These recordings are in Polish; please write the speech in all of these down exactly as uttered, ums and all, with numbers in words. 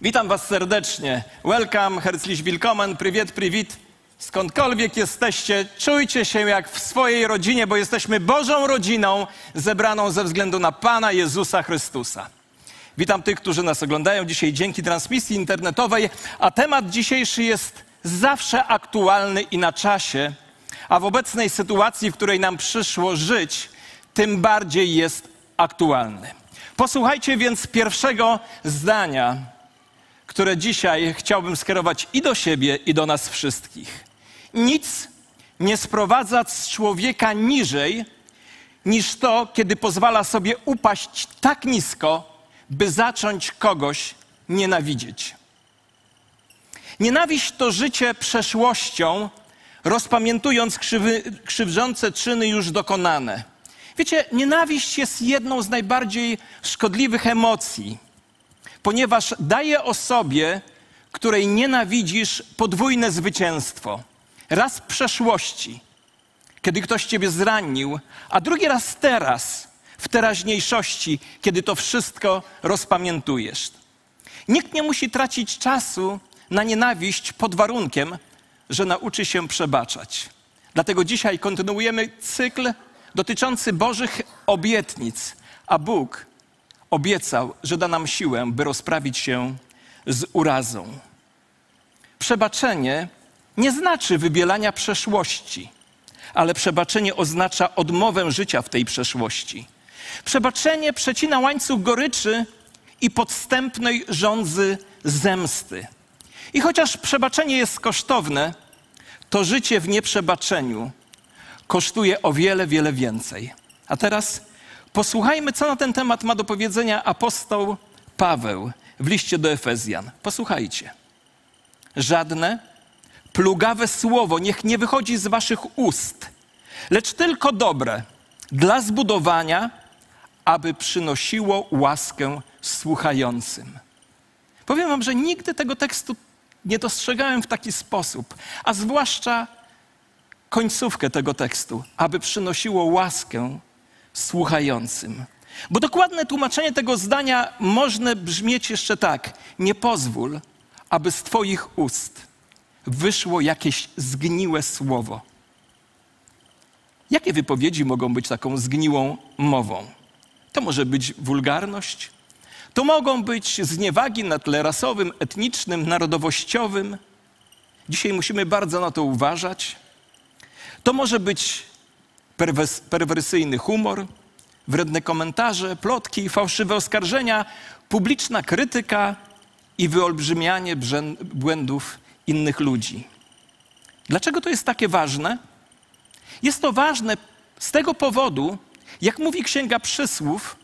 Witam was serdecznie. Welcome, herzlich willkommen, privet, privet. Skądkolwiek jesteście, czujcie się jak w swojej rodzinie, bo jesteśmy Bożą rodziną zebraną ze względu na Pana Jezusa Chrystusa. Witam tych, którzy nas oglądają dzisiaj dzięki transmisji internetowej, a temat dzisiejszy jest zawsze aktualny i na czasie, a w obecnej sytuacji, w której nam przyszło żyć, tym bardziej jest aktualny. Posłuchajcie więc pierwszego zdania, które dzisiaj chciałbym skierować i do siebie, i do nas wszystkich. Nic nie sprowadza człowieka niżej niż to, kiedy pozwala sobie upaść tak nisko, by zacząć kogoś nienawidzieć. Nienawiść to życie przeszłością, rozpamiętując krzywy, krzywdzące czyny już dokonane. Wiecie, nienawiść jest jedną z najbardziej szkodliwych emocji, ponieważ daje osobie, której nienawidzisz, podwójne zwycięstwo. Raz w przeszłości, kiedy ktoś ciebie zranił, a drugi raz teraz, w teraźniejszości, kiedy to wszystko rozpamiętujesz. Nikt nie musi tracić czasu na nienawiść pod warunkiem, że nauczy się przebaczać. Dlatego dzisiaj kontynuujemy cykl dotyczący Bożych obietnic, a Bóg obiecał, że da nam siłę, by rozprawić się z urazą. Przebaczenie nie znaczy wybielania przeszłości, ale przebaczenie oznacza odmowę życia w tej przeszłości. Przebaczenie przecina łańcuch goryczy i podstępnej żądzy zemsty. I chociaż przebaczenie jest kosztowne, to życie w nieprzebaczeniu kosztuje o wiele, wiele więcej. A teraz posłuchajmy, co na ten temat ma do powiedzenia apostoł Paweł w liście do Efezjan. Posłuchajcie. Żadne plugawe słowo niech nie wychodzi z waszych ust, lecz tylko dobre, dla zbudowania, aby przynosiło łaskę słuchającym. Powiem wam, że nigdy tego tekstu nie dostrzegałem w taki sposób, a zwłaszcza końcówkę tego tekstu, aby przynosiło łaskę słuchającym. Bo dokładne tłumaczenie tego zdania może brzmieć jeszcze tak. Nie pozwól, aby z twoich ust wyszło jakieś zgniłe słowo. Jakie wypowiedzi mogą być taką zgniłą mową? To może być wulgarność, to mogą być zniewagi na tle rasowym, etnicznym, narodowościowym. Dzisiaj musimy bardzo na to uważać. To może być perwers- perwersyjny humor, wredne komentarze, plotki, fałszywe oskarżenia, publiczna krytyka i wyolbrzymianie brzę- błędów innych ludzi. Dlaczego to jest takie ważne? Jest to ważne z tego powodu, jak mówi Księga Przysłów,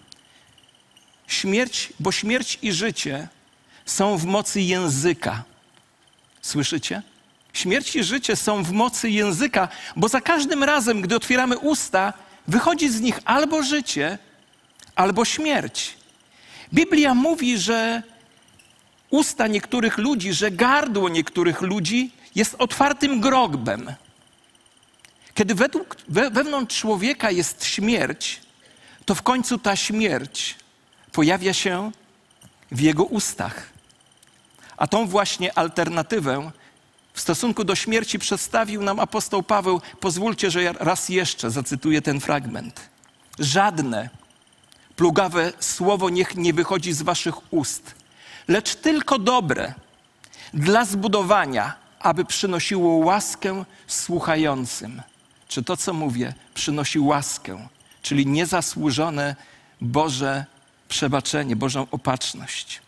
śmierć, bo śmierć i życie są w mocy języka. Słyszycie? Śmierć i życie są w mocy języka, bo za każdym razem, gdy otwieramy usta, wychodzi z nich albo życie, albo śmierć. Biblia mówi, że usta niektórych ludzi, że gardło niektórych ludzi jest otwartym grogbem. Kiedy według, we, wewnątrz człowieka jest śmierć, to w końcu ta śmierć pojawia się w jego ustach. A tą właśnie alternatywę w stosunku do śmierci przedstawił nam apostoł Paweł. Pozwólcie, że ja raz jeszcze zacytuję ten fragment. Żadne plugawe słowo niech nie wychodzi z waszych ust, lecz tylko dobre, dla zbudowania, aby przynosiło łaskę słuchającym. Czy to, co mówię, przynosi łaskę, czyli niezasłużone Boże przebaczenie, Bożą opatrzność.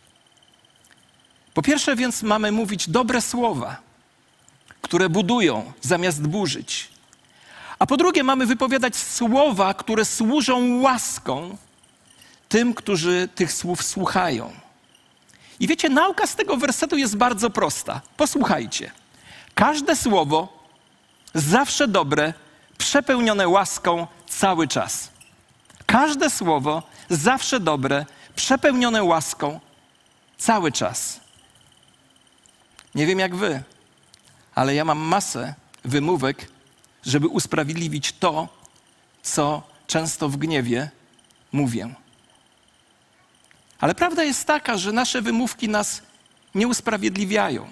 Po pierwsze więc mamy mówić dobre słowa, które budują zamiast burzyć. A po drugie mamy wypowiadać słowa, które służą łaską tym, którzy tych słów słuchają. I wiecie, nauka z tego wersetu jest bardzo prosta. Posłuchajcie. Każde słowo zawsze dobre, przepełnione łaską cały czas. Każde słowo zawsze dobre, przepełnione łaską cały czas. Nie wiem jak wy, ale ja mam masę wymówek, żeby usprawiedliwić to, co często w gniewie mówię. Ale prawda jest taka, że nasze wymówki nas nie usprawiedliwiają.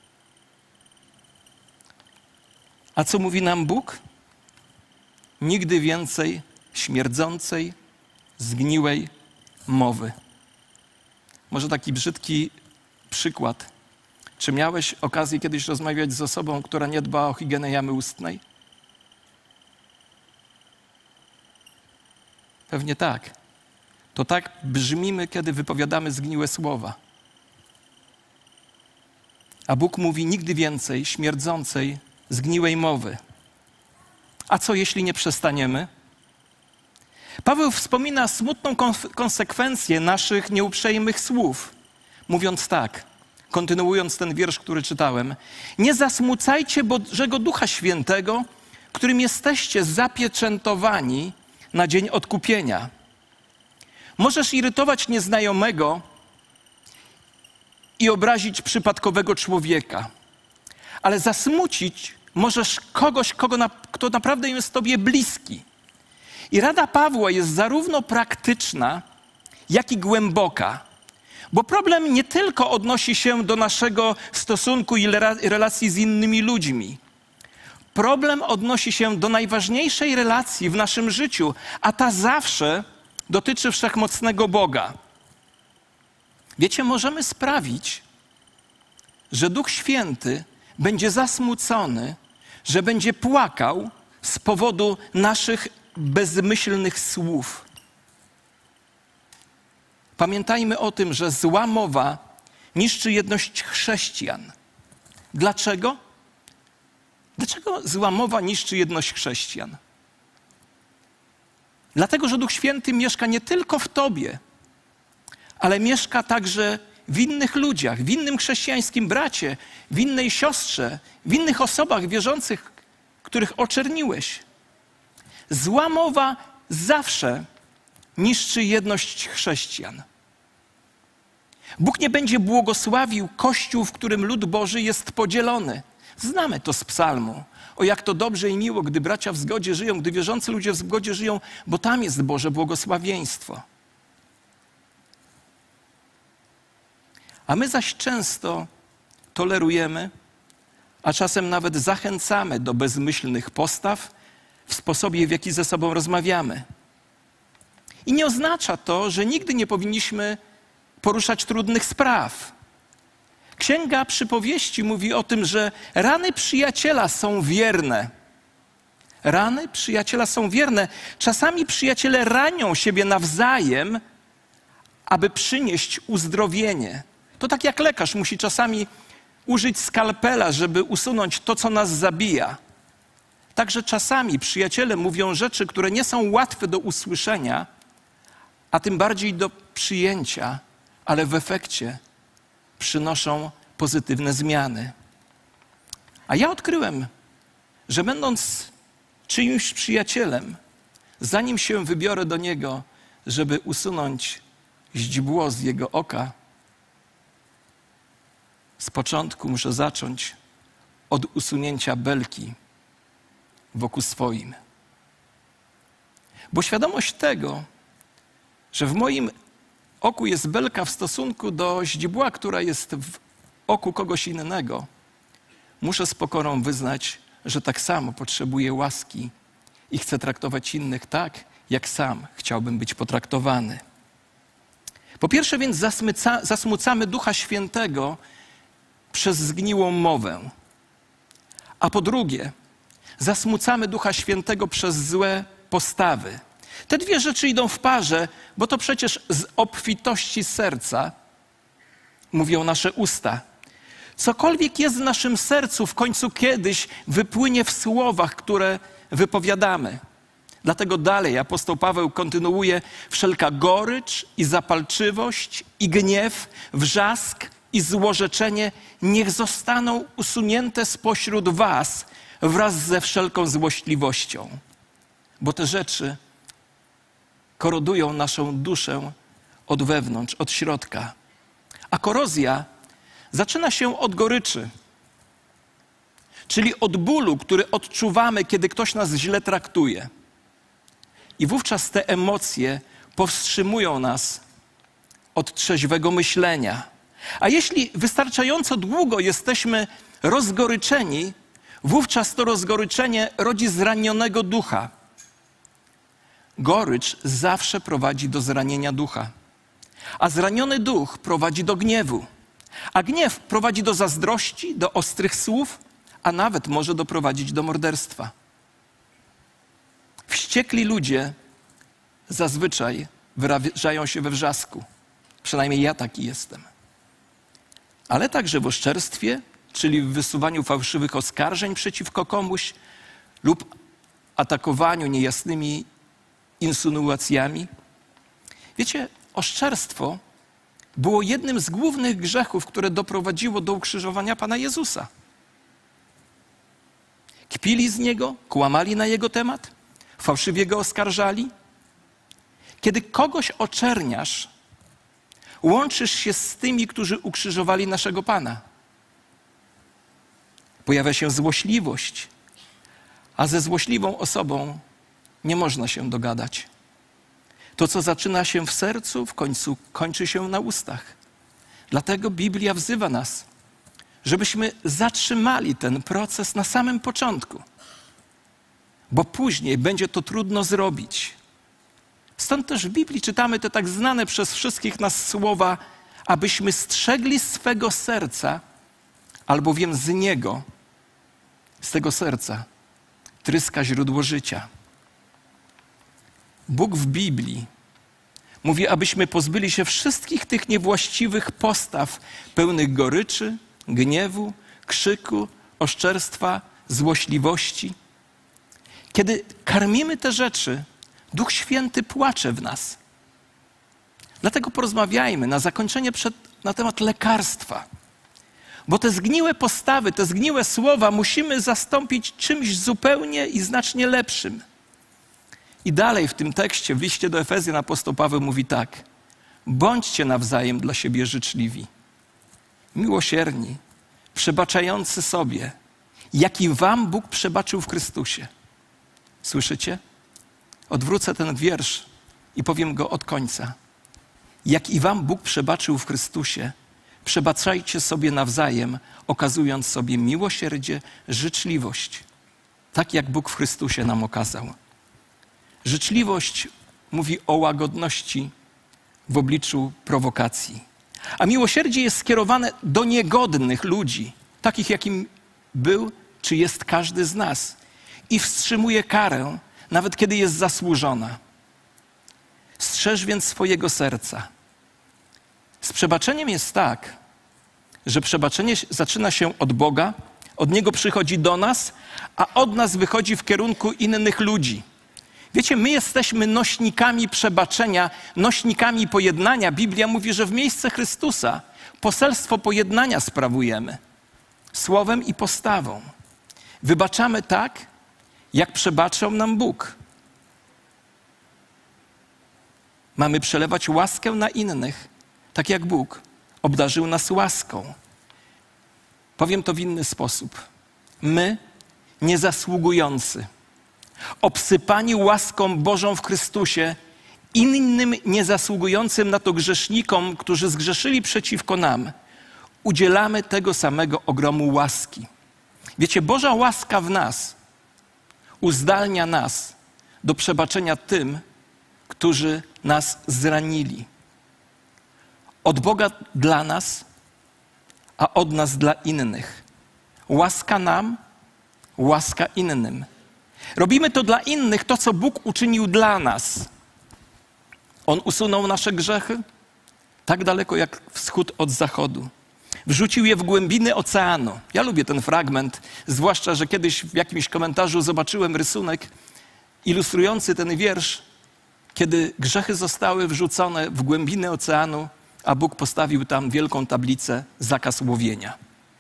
A co mówi nam Bóg? Nigdy więcej śmierdzącej, zgniłej mowy. Może taki brzydki przykład. Czy miałeś okazję kiedyś rozmawiać z osobą, która nie dba o higienę jamy ustnej? Pewnie tak. To tak brzmimy, kiedy wypowiadamy zgniłe słowa. A Bóg mówi nigdy więcej śmierdzącej, zgniłej mowy. A co jeśli nie przestaniemy? Paweł wspomina smutną konf- konsekwencję naszych nieuprzejmych słów, mówiąc tak, kontynuując ten wiersz, który czytałem. Nie zasmucajcie Bożego Ducha Świętego, którym jesteście zapieczętowani na dzień odkupienia. Możesz irytować nieznajomego i obrazić przypadkowego człowieka, ale zasmucić możesz kogoś, kogo na, kto naprawdę jest tobie bliski. I rada Pawła jest zarówno praktyczna, jak i głęboka, bo problem nie tylko odnosi się do naszego stosunku i relacji z innymi ludźmi. Problem odnosi się do najważniejszej relacji w naszym życiu, a ta zawsze dotyczy wszechmocnego Boga. Wiecie, możemy sprawić, że Duch Święty będzie zasmucony, że będzie płakał z powodu naszych bezmyślnych słów. Pamiętajmy o tym, że zła mowa niszczy jedność chrześcijan. Dlaczego? Dlaczego zła mowa niszczy jedność chrześcijan? Dlatego, że Duch Święty mieszka nie tylko w tobie, ale mieszka także w innych ludziach, w innym chrześcijańskim bracie, w innej siostrze, w innych osobach wierzących, których oczerniłeś. Zła mowa zawsze niszczy jedność chrześcijan. Bóg nie będzie błogosławił Kościół, w którym lud Boży jest podzielony. Znamy to z psalmu. O, jak to dobrze i miło, gdy bracia w zgodzie żyją, gdy wierzący ludzie w zgodzie żyją, bo tam jest Boże błogosławieństwo. A my zaś często tolerujemy, a czasem nawet zachęcamy do bezmyślnych postaw w sposobie, w jaki ze sobą rozmawiamy. I nie oznacza to, że nigdy nie powinniśmy poruszać trudnych spraw. Księga Przypowieści mówi o tym, że rany przyjaciela są wierne. Rany przyjaciela są wierne. Czasami przyjaciele ranią siebie nawzajem, aby przynieść uzdrowienie. To tak jak lekarz musi czasami użyć skalpela, żeby usunąć to, co nas zabija. Także czasami przyjaciele mówią rzeczy, które nie są łatwe do usłyszenia, a tym bardziej do przyjęcia, ale w efekcie przynoszą pozytywne zmiany. A ja odkryłem, że będąc czyimś przyjacielem, zanim się wybiorę do niego, żeby usunąć źdźbło z jego oka, z początku muszę zacząć od usunięcia belki wokół swoim. Bo świadomość tego, że w moim oku jest belka w stosunku do źdźbła, która jest w oku kogoś innego, muszę z pokorą wyznać, że tak samo potrzebuję łaski i chcę traktować innych tak, jak sam chciałbym być potraktowany. Po pierwsze więc zasmuca, zasmucamy Ducha Świętego przez zgniłą mowę. A po drugie, zasmucamy Ducha Świętego przez złe postawy. Te dwie rzeczy idą w parze, bo to przecież z obfitości serca mówią nasze usta. Cokolwiek jest w naszym sercu, w końcu kiedyś wypłynie w słowach, które wypowiadamy. Dlatego dalej apostoł Paweł kontynuuje: wszelka gorycz i zapalczywość i gniew, wrzask i złorzeczenie niech zostaną usunięte spośród was wraz ze wszelką złośliwością. Bo te rzeczy korodują naszą duszę od wewnątrz, od środka. A korozja zaczyna się od goryczy, czyli od bólu, który odczuwamy, kiedy ktoś nas źle traktuje. I wówczas te emocje powstrzymują nas od trzeźwego myślenia. A jeśli wystarczająco długo jesteśmy rozgoryczeni, wówczas to rozgoryczenie rodzi zranionego ducha. Gorycz zawsze prowadzi do zranienia ducha, a zraniony duch prowadzi do gniewu, a gniew prowadzi do zazdrości, do ostrych słów, a nawet może doprowadzić do morderstwa. Wściekli ludzie zazwyczaj wyrażają się we wrzasku. Przynajmniej ja taki jestem. Ale także w oszczerstwie, czyli w wysuwaniu fałszywych oskarżeń przeciwko komuś lub atakowaniu niejasnymi insynuacjami. Wiecie, oszczerstwo było jednym z głównych grzechów, które doprowadziło do ukrzyżowania Pana Jezusa. Kpili z Niego, kłamali na Jego temat, fałszywie Go oskarżali. Kiedy kogoś oczerniasz, łączysz się z tymi, którzy ukrzyżowali naszego Pana. Pojawia się złośliwość, a ze złośliwą osobą nie można się dogadać. To, co zaczyna się w sercu, w końcu kończy się na ustach. Dlatego Biblia wzywa nas, żebyśmy zatrzymali ten proces na samym początku, bo później będzie to trudno zrobić. Stąd też w Biblii czytamy te tak znane przez wszystkich nas słowa, abyśmy strzegli swego serca, albowiem z niego, z tego serca, tryska źródło życia. Bóg w Biblii mówi, abyśmy pozbyli się wszystkich tych niewłaściwych postaw pełnych goryczy, gniewu, krzyku, oszczerstwa, złośliwości. Kiedy karmimy te rzeczy, Duch Święty płacze w nas. Dlatego porozmawiajmy na zakończenie przed, na temat lekarstwa. Bo te zgniłe postawy, te zgniłe słowa musimy zastąpić czymś zupełnie i znacznie lepszym. I dalej w tym tekście, w liście do Efezjan apostoł Paweł mówi tak. Bądźcie nawzajem dla siebie życzliwi, miłosierni, przebaczający sobie, jaki wam Bóg przebaczył w Chrystusie. Słyszycie? Odwrócę ten wiersz i powiem go od końca. Jak i wam Bóg przebaczył w Chrystusie, przebaczajcie sobie nawzajem, okazując sobie miłosierdzie, życzliwość. Tak jak Bóg w Chrystusie nam okazał. Życzliwość mówi o łagodności w obliczu prowokacji. A miłosierdzie jest skierowane do niegodnych ludzi, takich jakim był czy jest każdy z nas. I wstrzymuje karę, nawet kiedy jest zasłużona. Strzeż więc swojego serca. Z przebaczeniem jest tak, że przebaczenie zaczyna się od Boga, od Niego przychodzi do nas, a od nas wychodzi w kierunku innych ludzi. Wiecie, my jesteśmy nośnikami przebaczenia, nośnikami pojednania. Biblia mówi, że w miejsce Chrystusa poselstwo pojednania sprawujemy. Słowem i postawą. Wybaczamy tak, jak przebaczał nam Bóg. Mamy przelewać łaskę na innych, tak jak Bóg obdarzył nas łaską. Powiem to w inny sposób. My, niezasługujący, obsypani łaską Bożą w Chrystusie, innym niezasługującym na to grzesznikom, którzy zgrzeszyli przeciwko nam, udzielamy tego samego ogromu łaski. Wiecie, Boża łaska w nas uzdalnia nas do przebaczenia tym, którzy nas zranili. Od Boga dla nas, a od nas dla innych. Łaska nam, łaska innym. Robimy to dla innych, to co Bóg uczynił dla nas. On usunął nasze grzechy tak daleko jak wschód od zachodu. Wrzucił je w głębiny oceanu. Ja lubię ten fragment, zwłaszcza, że kiedyś w jakimś komentarzu zobaczyłem rysunek ilustrujący ten wiersz, kiedy grzechy zostały wrzucone w głębiny oceanu, a Bóg postawił tam wielką tablicę zakaz łowienia.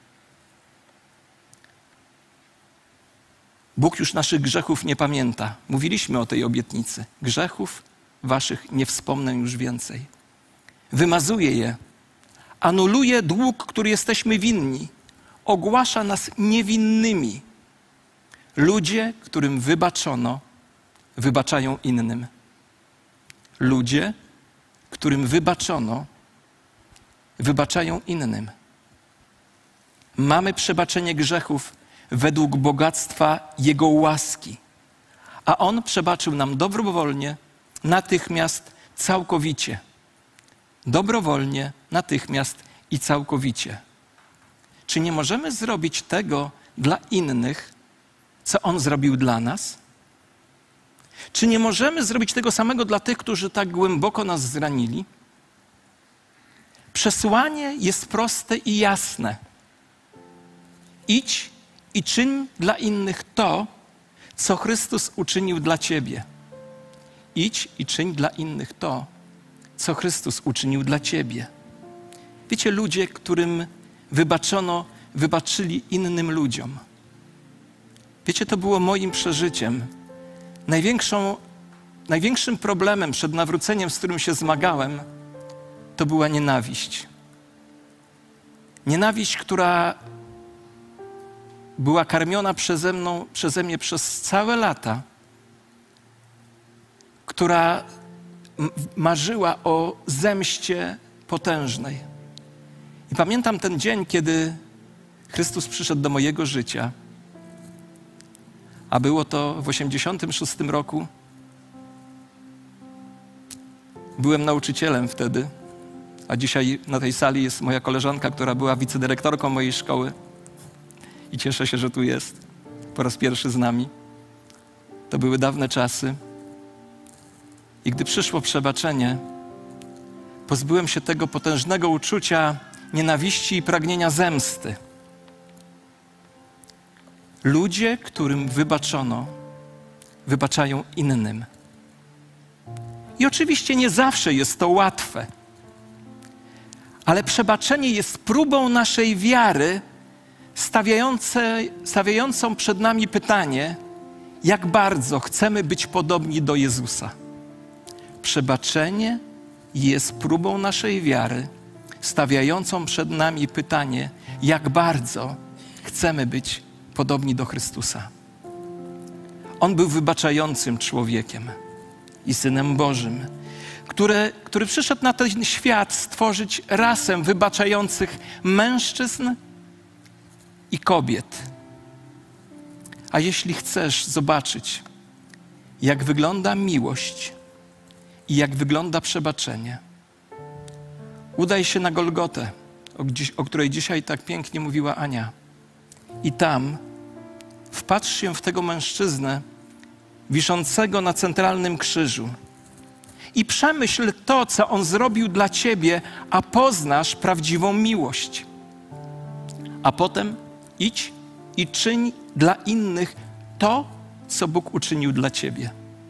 Bóg już naszych grzechów nie pamięta. Mówiliśmy o tej obietnicy. Grzechów waszych nie wspomnę już więcej. Wymazuje je. Anuluje dług, który jesteśmy winni. Ogłasza nas niewinnymi. Ludzie, którym wybaczono, wybaczają innym. Ludzie, którym wybaczono, wybaczają innym. Mamy przebaczenie grzechów według bogactwa Jego łaski, a On przebaczył nam dobrowolnie, natychmiast, całkowicie. Dobrowolnie, natychmiast i całkowicie. Czy nie możemy zrobić tego dla innych, co On zrobił dla nas? Czy nie możemy zrobić tego samego dla tych, którzy tak głęboko nas zranili? Przesłanie jest proste i jasne. Idź i czyń dla innych to, co Chrystus uczynił dla ciebie. Idź i czyń dla innych to, co Chrystus uczynił dla ciebie. Wiecie, ludzie, którym wybaczono, wybaczyli innym ludziom. Wiecie, to było moim przeżyciem. Największą, największym problemem przed nawróceniem, z którym się zmagałem, to była nienawiść. Nienawiść, która była karmiona przeze mną, przeze mnie przez całe lata, która marzyła o zemście potężnej. I pamiętam ten dzień, kiedy Chrystus przyszedł do mojego życia, a było to w osiemdziesiątym szóstym roku. Byłem nauczycielem wtedy, a dzisiaj na tej sali jest moja koleżanka, która była wicedyrektorką mojej szkoły. I cieszę się, że tu jest po raz pierwszy z nami. To były dawne czasy. I gdy przyszło przebaczenie, pozbyłem się tego potężnego uczucia nienawiści i pragnienia zemsty. Ludzie, którym wybaczono, wybaczają innym. I oczywiście nie zawsze jest to łatwe, ale przebaczenie jest próbą naszej wiary, stawiającą przed nami pytanie, jak bardzo chcemy być podobni do Jezusa. Przebaczenie jest próbą naszej wiary, stawiającą przed nami pytanie, jak bardzo chcemy być podobni do Chrystusa. On był wybaczającym człowiekiem i Synem Bożym, który, który przyszedł na ten świat stworzyć rasę wybaczających mężczyzn i kobiet. A jeśli chcesz zobaczyć, jak wygląda miłość i jak wygląda przebaczenie, udaj się na Golgotę, o, o której dzisiaj tak pięknie mówiła Ania. I tam wpatrz się w tego mężczyznę wiszącego na centralnym krzyżu i przemyśl to, co on zrobił dla ciebie, a poznasz prawdziwą miłość. A potem idź i czyń dla innych to, co Bóg uczynił dla ciebie.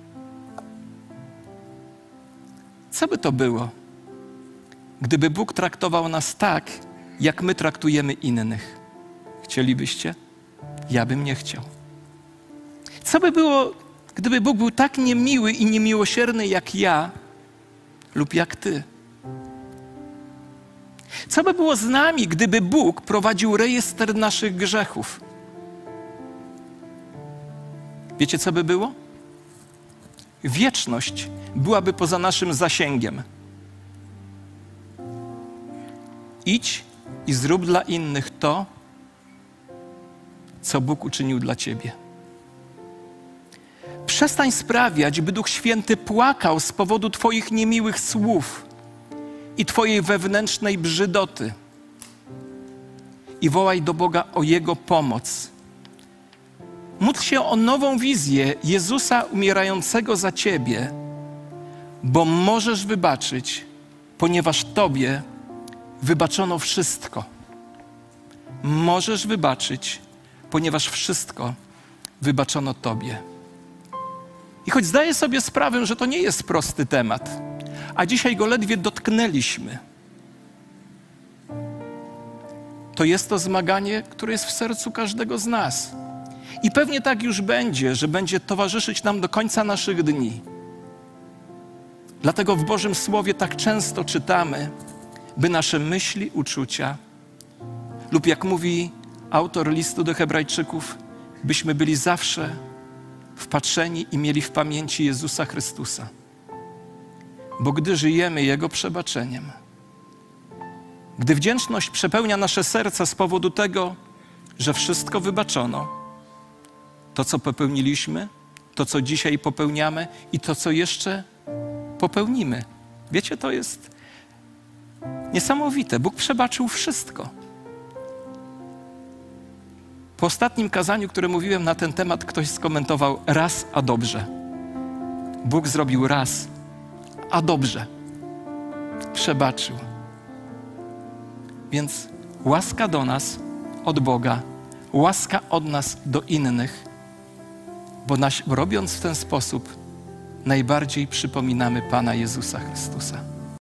Co by to było, gdyby Bóg traktował nas tak, jak my traktujemy innych? Chcielibyście? Ja bym nie chciał. Co by było, gdyby Bóg był tak niemiły i niemiłosierny jak ja lub jak ty? Co by było z nami, gdyby Bóg prowadził rejestr naszych grzechów? Wiecie, co by było? Wieczność byłaby poza naszym zasięgiem. Idź i zrób dla innych to, co Bóg uczynił dla ciebie. Przestań sprawiać, by Duch Święty płakał z powodu twoich niemiłych słów i twojej wewnętrznej brzydoty. I wołaj do Boga o Jego pomoc. Módl się o nową wizję Jezusa umierającego za ciebie, bo możesz wybaczyć, ponieważ tobie wybaczono wszystko. Możesz wybaczyć, ponieważ wszystko wybaczono tobie. I choć zdaję sobie sprawę, że to nie jest prosty temat, a dzisiaj go ledwie dotknęliśmy, to jest to zmaganie, które jest w sercu każdego z nas. I pewnie tak już będzie, że będzie towarzyszyć nam do końca naszych dni. Dlatego w Bożym Słowie tak często czytamy, by nasze myśli, uczucia lub jak mówi autor listu do Hebrajczyków, byśmy byli zawsze wpatrzeni i mieli w pamięci Jezusa Chrystusa. Bo gdy żyjemy Jego przebaczeniem, Gdy wdzięczność przepełnia nasze serca z powodu tego, że wszystko wybaczono, to, co popełniliśmy, to, co dzisiaj popełniamy i to, co jeszcze popełnimy. Wiecie, to jest niesamowite. Bóg przebaczył wszystko. Po ostatnim kazaniu, które mówiłem na ten temat, ktoś skomentował raz, a dobrze. Bóg zrobił raz, a dobrze. Przebaczył. Więc łaska do nas od Boga, łaska od nas do innych, bo nas, robiąc w ten sposób, najbardziej przypominamy Pana Jezusa Chrystusa.